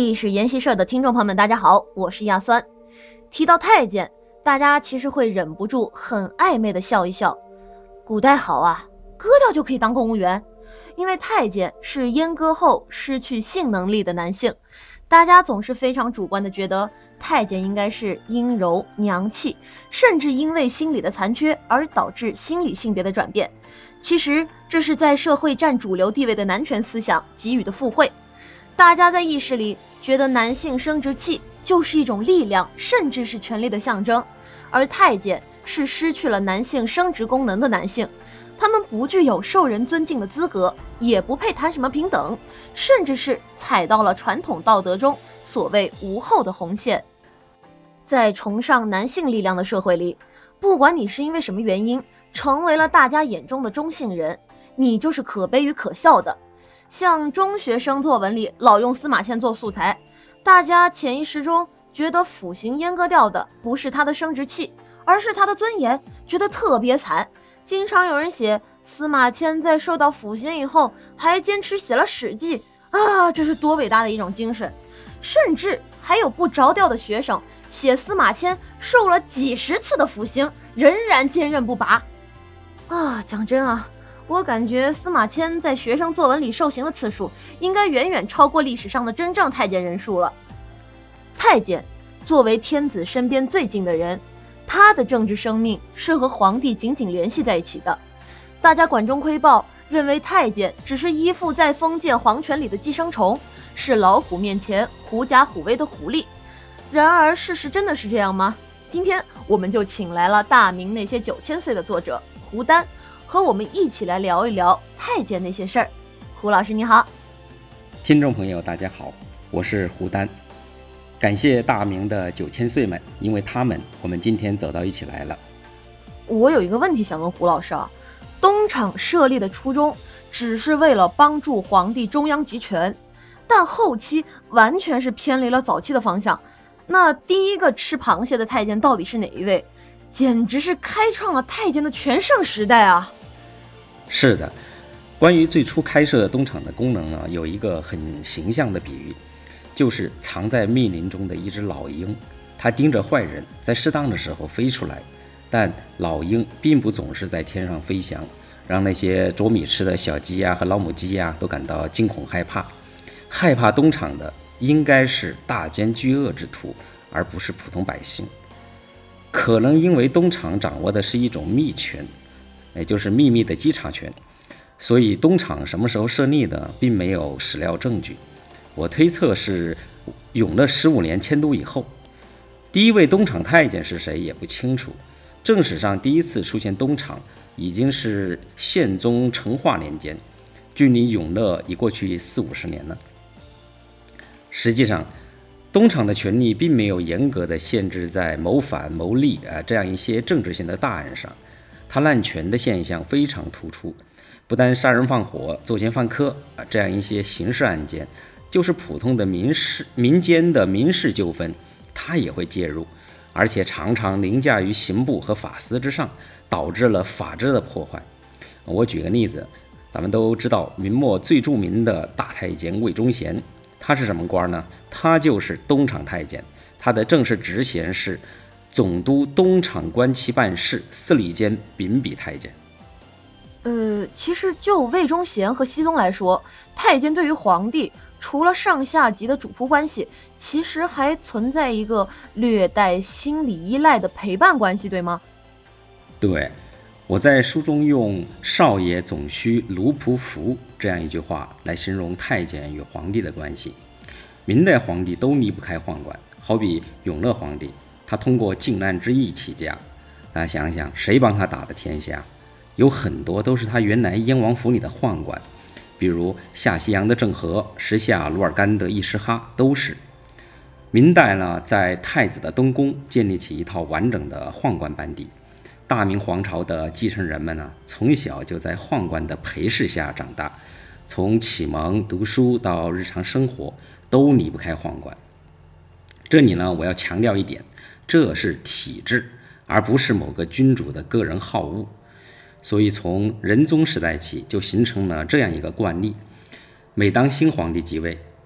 历史研习社的听众朋友们，大家好，我是亚酸。提到太监，大家其实会忍不住很暧昧的笑一笑。古代好啊，割掉就可以当公务员，因为太监是阉割后失去性能力的男性，大家总是非常主观的觉得太监应该是阴柔娘气，甚至因为心理的残缺而导致心理性别的转变。其实这是在社会占主流地位的男权思想给予的附会。大家在意识里觉得男性生殖器就是一种力量，甚至是权力的象征，而太监是失去了男性生殖功能的男性，他们不具有受人尊敬的资格，也不配谈什么平等，甚至是踩到了传统道德中所谓无后的红线。在崇尚男性力量的社会里，不管你是因为什么原因成为了大家眼中的中性人，你就是可悲与可笑的。像中学生作文里老用司马迁做素材，大家潜意识中觉得腐刑阉割掉的不是他的生殖器，而是他的尊严，觉得特别惨。经常有人写司马迁在受到腐刑以后还坚持写了《史记》啊，这是多伟大的一种精神。甚至还有不着调的学生写司马迁受了几十次的腐刑，仍然坚韧不拔啊。讲真啊，我感觉司马迁在学生作文里受刑的次数应该远远超过历史上的真正太监人数了。太监作为天子身边最近的人，他的政治生命是和皇帝紧紧联系在一起的。大家管中窥豹，认为太监只是依附在封建皇权里的寄生虫，是老虎面前狐假虎威的狐狸。然而事实真的是这样吗？今天我们就请来了大明那些9000岁的作者胡丹，和我们一起来聊一聊太监那些事儿。胡老师你好。 听众朋友大家好，我是胡丹。感谢大明的9000岁们，因为他们我们今天走到一起来了。 我有一个问题想问胡老师啊，东厂设立的初衷只是为了帮助皇帝中央集权，但后期完全是偏离了早期的方向。那第一个吃螃蟹的太监到底是哪一位？简直是开创了太监的全盛时代啊！ 是的，关于最初开设东厂的功能呢，有一个很形象的比喻，就是藏在密林中的一只老鹰，它盯着坏人，在适当的时候飞出来，但老鹰并不总是在天上飞翔，让那些啄米吃的小鸡和老母鸡都感到惊恐害怕。害怕东厂的应该是大奸巨恶之徒，而不是普通百姓。可能因为东厂掌握的是一种密权，也就是秘密的稽查权，所以东厂什么时候设立的并没有史料证据。我推测是永乐15年迁都以后。第一位东厂太监是谁也不清楚，正史上第一次出现东厂已经是宪宗成化年间，距离永乐已过去40-50年了。实际上东厂的权力并没有严格的限制在谋反谋利这样一些政治性的大案上，他滥权的现象非常突出。不但杀人放火、作奸犯科这样一些刑事案件，就是普通的民间的民事纠纷他也会介入，而且常常凌驾于刑部和法司之上，导致了法治的破坏。我举个例子，咱们都知道明末最著名的大太监魏忠贤，他是什么官呢？他就是东厂太监，他的正式职衔是总督东厂官旗办事司礼监秉笔太监。 其实就魏忠贤和熹宗来说，太监对于皇帝除了上下级的主仆关系，其实还存在一个略带心理依赖的陪伴关系，对吗？ 对，我在书中用少爷总需奴仆服这样一句话来形容太监与皇帝的关系。明代皇帝都离不开宦官，好比永乐皇帝，他通过靖难之役起家。大家想想，谁帮他打的天下？有很多都是他原来燕王府里的宦官，比如下西洋的郑和、时下努尔干的亦师哈都是。明代呢，在太子的东宫建立起一套完整的宦官班底。大明皇朝的继承人们呢，从小就在宦官的陪侍下长大，从启蒙读书到日常生活都离不开宦官。这里呢，我要强调一点，这是体制，而不是某个君主的个人好恶。所以从仁宗时代起就形成了这样一个惯例，每当新皇帝即位，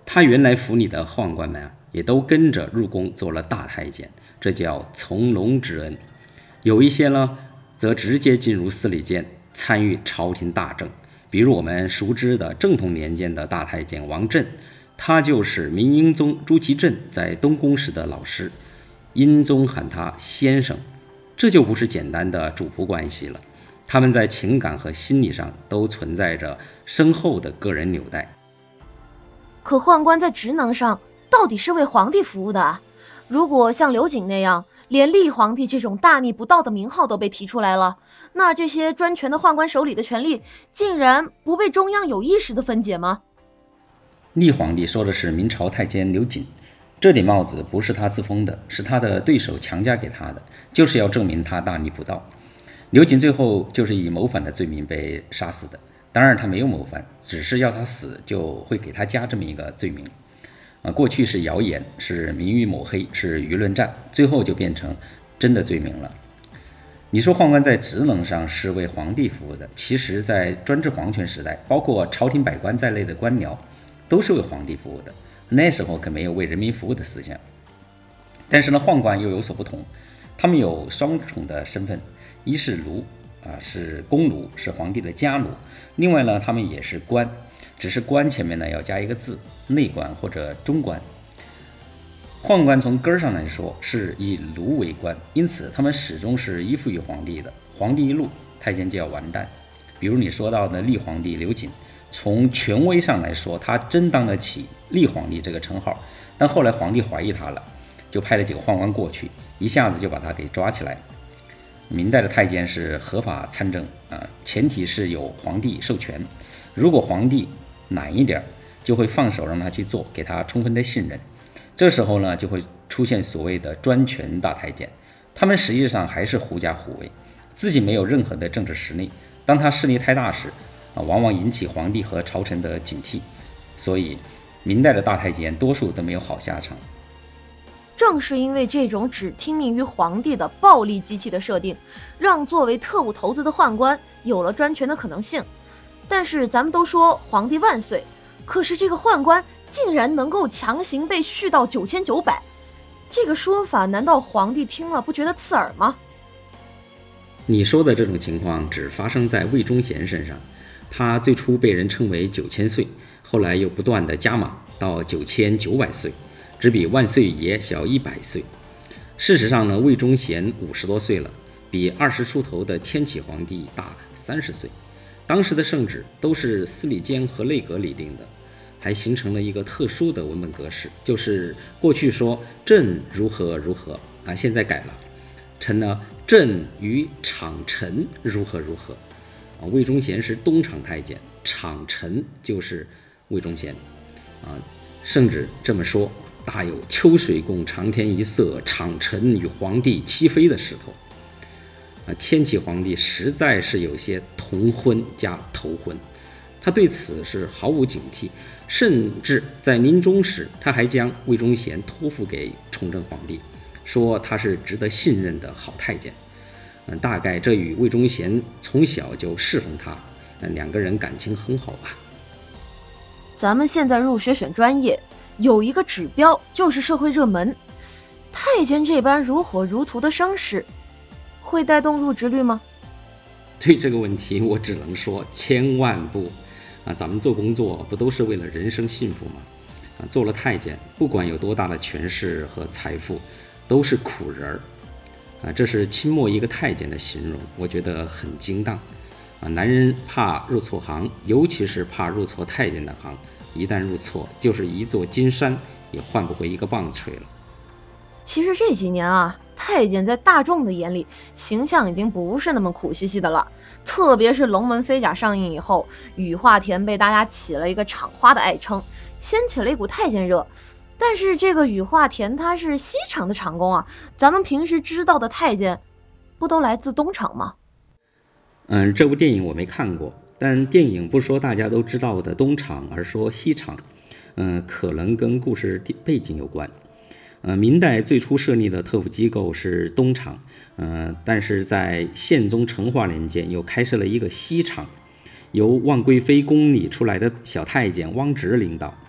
他原来府里的宦官们也都跟着入宫做了大太监，这叫从龙之恩。有一些呢，则直接进入司礼监，参与朝廷大政。比如我们熟知的正统年间的大太监王振，他就是明英宗朱祁镇在东宫时的老师，英宗喊他先生，这就不是简单的主仆关系了，他们在情感和心理上都存在着深厚的个人纽带。 可宦官在职能上到底是为皇帝服务的啊？如果像刘瑾那样，连立皇帝这种大逆不道的名号都被提出来了，那这些专权的宦官手里的权力竟然不被中央有意识的分解吗？ 立皇帝说的是明朝太监刘瑾，这顶帽子不是他自封的，是他的对手强加给他的，就是要证明他大逆不道。刘瑾最后就是以谋反的罪名被杀死的，当然他没有谋反，只是要他死就会给他加这么一个罪名。过去是谣言，是名誉抹黑，是舆论战，最后就变成真的罪名了。你说宦官在职能上是为皇帝服务的，其实在专制皇权时代，包括朝廷百官在内的官僚都是为皇帝服务的，那时候可没有为人民服务的思想。但是呢，宦官又有所不同，他们有双重的身份，一是奴是公奴，是皇帝的家奴，另外呢，他们也是官，只是官前面呢要加一个字，内官或者中官。宦官从根上来说是以奴为官，因此他们始终是依附于皇帝的，皇帝一怒，太监就要完蛋。比如你说到的立皇帝刘瑾，从权威上来说他真当得起立皇帝这个称号，但后来皇帝怀疑他了，就派了几个宦官过去，一下子就把他给抓起来。明代的太监是合法参政前提是有皇帝授权，如果皇帝懒一点，就会放手让他去做，给他充分的信任。这时候呢，就会出现所谓的专权大太监，他们实际上还是狐假虎威，自己没有任何的政治实力，当他势力太大时往往引起皇帝和朝臣的警惕，所以明代的大太监多数都没有好下场。 正是因为这种只听命于皇帝的暴力机器的设定，让作为特务头子的宦官有了专权的可能性。但是咱们都说皇帝万岁，可是这个宦官竟然能够强行被续到9900，这个说法难道皇帝听了不觉得刺耳吗？ 你说的这种情况只发生在魏忠贤身上，他最初被人称为9000岁，后来又不断的加码到9900岁，只比万岁爷小100岁。事实上呢，魏忠贤50多岁了，比20出头的天启皇帝大30岁。当时的圣旨都是司礼监和内阁拟定的，还形成了一个特殊的文本格式，就是过去说朕如何如何现在改了，臣呢朕与场臣如何如何魏忠贤是东厂太监，场臣就是魏忠贤圣旨这么说，大有秋水共长天一色，场臣与皇帝齐飞的势头。天启皇帝实在是有些同婚加头婚，他对此是毫无警惕，甚至在临终时他还将魏忠贤托付给崇祯皇帝，说他是值得信任的好太监。大概这与魏忠贤从小就侍奉他，两个人感情很好吧。 咱们现在入学选专业有一个指标就是社会热门，太监这般如火如荼的声势会带动入职率吗？ 对这个问题我只能说千万不咱们做工作不都是为了人生幸福吗？做了太监不管有多大的权势和财富都是苦人这是清末一个太监的形容，我觉得很精当男人怕入错行，尤其是怕入错太监的行，一旦入错就是一座金山也换不回一个棒槌了。 其实这几年太监在大众的眼里形象已经不是那么苦兮兮的了，特别是龙门飞甲上映以后，羽化田被大家起了一个厂花的爱称，掀起了一股太监热。但是这个羽化田他是西厂的厂工咱们平时知道的太监不都来自东厂吗？ 这部电影我没看过，但电影不说大家都知道的东厂，而说西厂可能跟故事背景有关。明代最初设立的特务机构是东厂但是在宪宗成化年间又开设了一个西厂，由望贵妃宫里出来的小太监汪直领导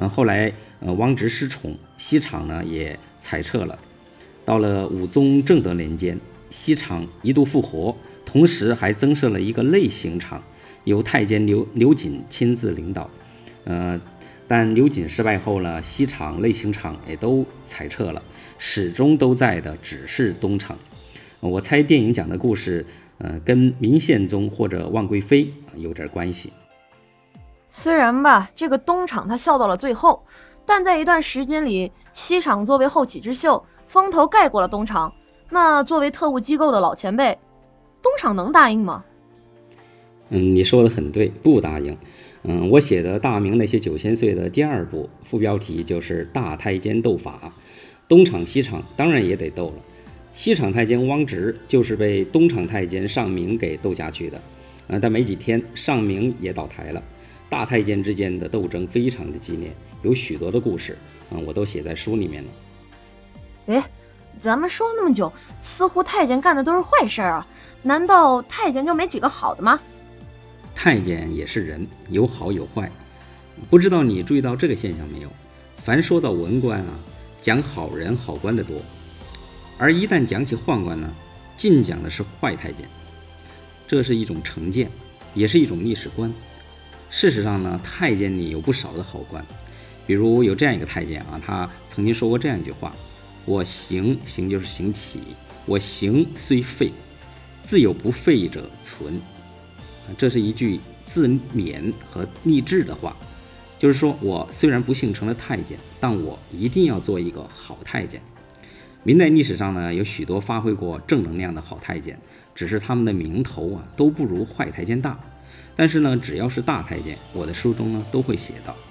后来汪直失宠，西厂呢也裁撤了。到了武宗正德年间，西厂一度复活，同时还增设了一个类刑场，由太监刘瑾亲自领导。但刘瑾失败后呢，西厂、类刑场也都裁撤了，始终都在的只是东厂。我猜电影讲的故事，跟明宪宗或者万贵妃有点关系。 虽然吧，这个东厂他笑到了最后，但在一段时间里，西厂作为后起之秀，风头盖过了东厂。那作为特务机构的老前辈，东厂能答应吗？ 你说的很对，不答应。我写的大明那些9000岁的第2部，副标题就是大太监斗法，东厂西厂当然也得斗了。西厂太监汪直就是被东厂太监尚明给斗下去的，但没几天尚明也倒台了。大太监之间的斗争非常的激烈，有许多的故事，我都写在书里面了。 咱们说了那么久，似乎太监干的都是坏事啊，难道太监就没几个好的吗？ 太监也是人，有好有坏。不知道你注意到这个现象没有？凡说到文官讲好人好官的多，而一旦讲起宦官呢，尽讲的是坏太监。这是一种成见，也是一种历史观。事实上呢，太监里有不少的好官，比如有这样一个太监他曾经说过这样一句话：我行就是形体，我行虽废，自有不废者存。这是一句自勉和励志的话，就是说我虽然不幸成了太监，但我一定要做一个好太监。明代历史上呢，有许多发挥过正能量的好太监，只是他们的名头都不如坏太监大。但是呢，只要是大太监，我的书中呢都会写到。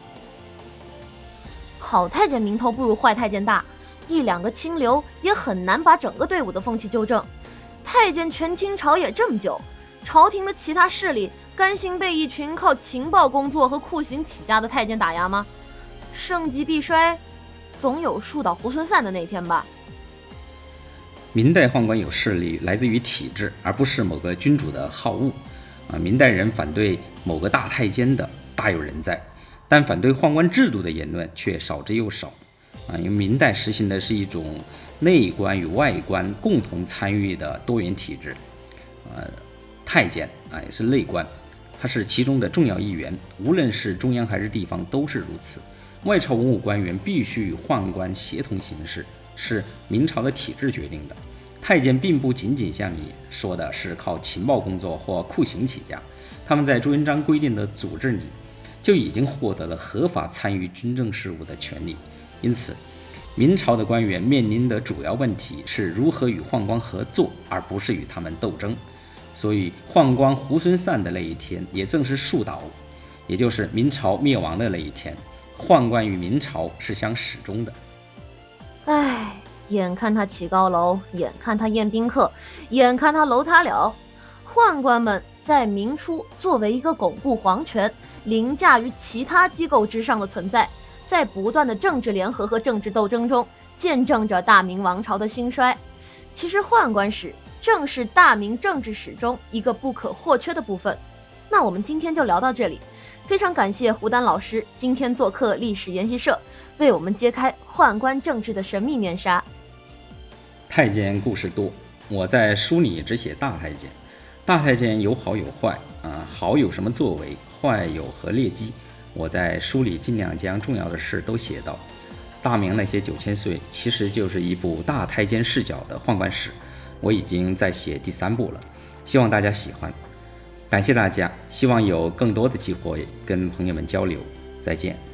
好太监名头不如坏太监大，一两个清流也很难把整个队伍的风气纠正。太监权倾朝野这么久，朝廷的其他势力甘心被一群靠情报工作和酷刑起家的太监打压吗？盛极必衰，总有树倒猢狲散的那天吧。 明代宦官有势力来自于体制，而不是某个君主的好恶。明代人反对某个大太监的大有人在，但反对宦官制度的言论却少之又少。因为明代实行的是一种内官与外官共同参与的多元体制。太监也是内官，他是其中的重要一员，无论是中央还是地方都是如此。外朝文武官员必须与宦官协同行事，是明朝的体制决定的。太监并不仅仅像你说的是靠情报工作或酷刑起家，他们在朱元璋规定的组织里就已经获得了合法参与军政事务的权利。因此明朝的官员面临的主要问题是如何与宦官合作，而不是与他们斗争。所以宦官猢狲散的那一天，也正是树倒，也就是明朝灭亡的那一天。宦官与明朝是相始终的。 眼看他起高楼，眼看他宴宾客，眼看他楼塌了。宦官们在明初作为一个巩固皇权、凌驾于其他机构之上的存在，在不断的政治联合和政治斗争中，见证着大明王朝的兴衰。其实宦官史正是大明政治史中一个不可或缺的部分。那我们今天就聊到这里，非常感谢胡丹老师今天做客历史研习社，为我们揭开宦官政治的神秘面纱。 太监故事多，我在书里只写大太监。大太监有好有坏好有什么作为，坏有何劣迹，我在书里尽量将重要的事都写到。大明那些9000岁其实就是一部大太监视角的宦官史，我已经在写第3部了，希望大家喜欢。感谢大家，希望有更多的机会跟朋友们交流，再见。